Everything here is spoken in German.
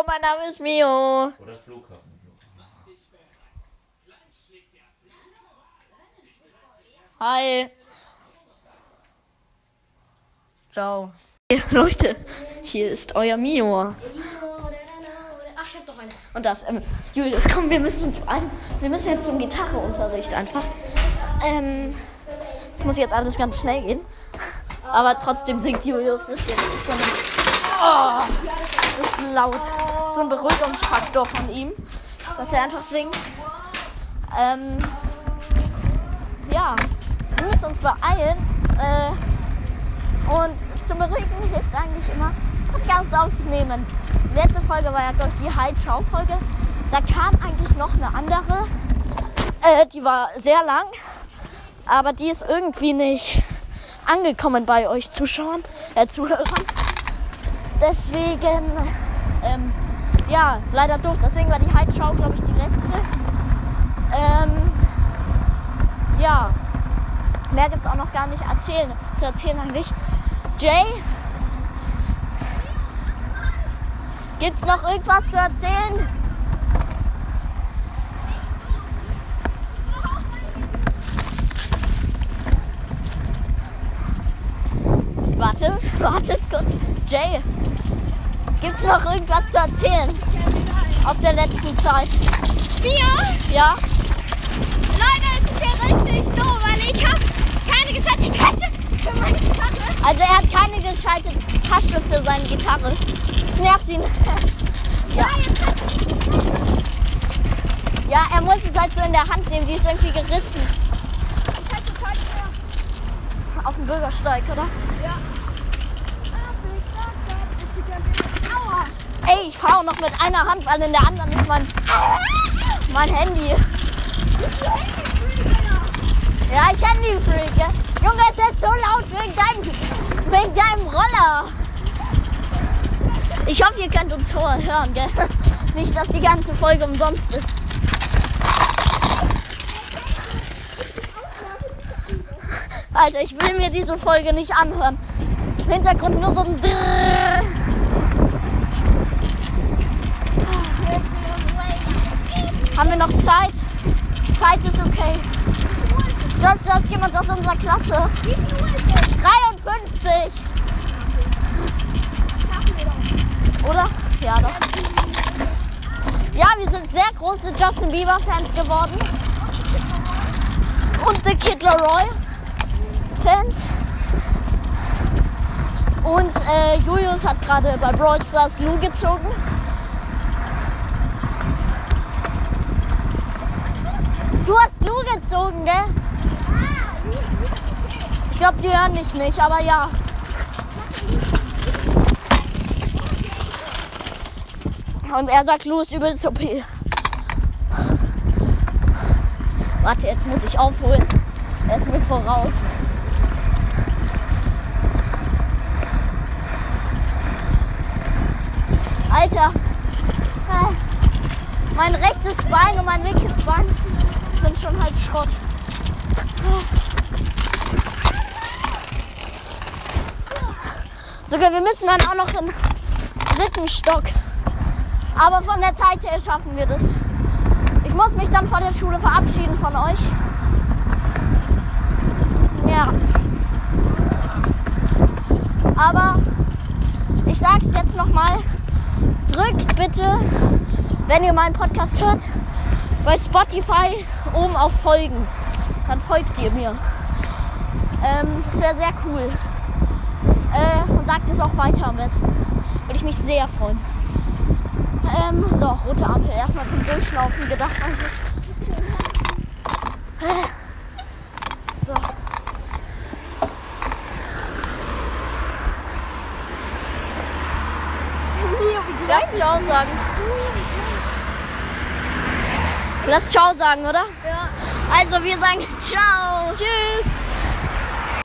Hallo, mein Name ist Mio. Oder Flughafen. Hi. Ciao. Hey, Leute, hier ist euer Mio. Ach, ich hab doch eine. Und das, Julius, komm, wir müssen uns beeilen. Wir müssen jetzt zum Gitarreunterricht einfach. Es muss jetzt alles ganz schnell gehen. Aber trotzdem singt Julius, wisst ihr, das ist so das ist laut. Das ist so ein Beruhigungsfaktor von ihm, dass er einfach singt. Ja, wir müssen uns beeilen. Und zum Beruhigen hilft eigentlich immer Podcast aufnehmen. Die letzte Folge war ja, glaube ich, die Heidschau-Folge. Da kam eigentlich noch eine andere. Die war sehr lang, aber die ist irgendwie nicht angekommen bei euch Zuhörern. Deswegen, ja, leider doof. Deswegen war die Heidschau, glaube ich, die letzte. Ja, mehr gibt es auch noch gar nicht zu erzählen eigentlich. Jay, gibt's noch irgendwas zu erzählen? Wartet kurz. Jay, gibt's noch irgendwas zu erzählen aus der letzten Zeit? Ja? Leute, es ist ja richtig doof, weil ich habe keine gescheite Tasche für meine Gitarre. Also er hat keine gescheite Tasche für seine Gitarre. Das nervt ihn. Ja. Ja, er muss es halt so in der Hand nehmen, die ist irgendwie gerissen. Ich hab total schwer. Auf dem Bürgersteig, oder? Ja. Aua. Ey, ich fahre auch noch mit einer Hand, weil in der anderen ist mein Handy. Ja, ich Handy-Freak, gell? Junge, es ist so laut wegen deinem Roller. Ich hoffe, ihr könnt uns hören, gell? Nicht, dass die ganze Folge umsonst ist. Alter, ich will mir diese Folge nicht anhören. Im Hintergrund nur so ein Drrrr. Haben wir noch Zeit? Zeit ist okay. Das ist jemand aus unserer Klasse. Wie viel Uhr ist es? 53. Schaffen wir doch. Oder? Ja, doch. Ja, wir sind sehr große Justin Bieber Fans geworden. Und The Kid Laroi Fans. Und Julius hat gerade bei Brawl Stars Lou gezogen. Du hast Lou gezogen, gell? Ich glaube, die hören dich nicht, aber ja. Und er sagt, Lou ist übelst OP. Warte, jetzt muss ich aufholen. Er ist mir voraus. Alter, mein rechtes Bein und mein linkes Bein sind schon halb Schrott. Sogar wir müssen dann auch noch in den dritten Stock. Aber von der Zeit her schaffen wir das. Ich muss mich dann vor der Schule verabschieden von euch. Ja. Aber ich sag's jetzt nochmal. Drückt bitte, wenn ihr meinen Podcast hört, bei Spotify oben auf Folgen. Dann folgt ihr mir. Das wäre sehr cool. Und sagt es auch weiter am besten. Würde ich mich sehr freuen. So, rote Ampel. Erstmal zum Durchschnaufen gedacht eigentlich. So. Lass Ciao sagen. Lass Ciao sagen, oder? Ja. Also wir sagen Ciao. Tschüss.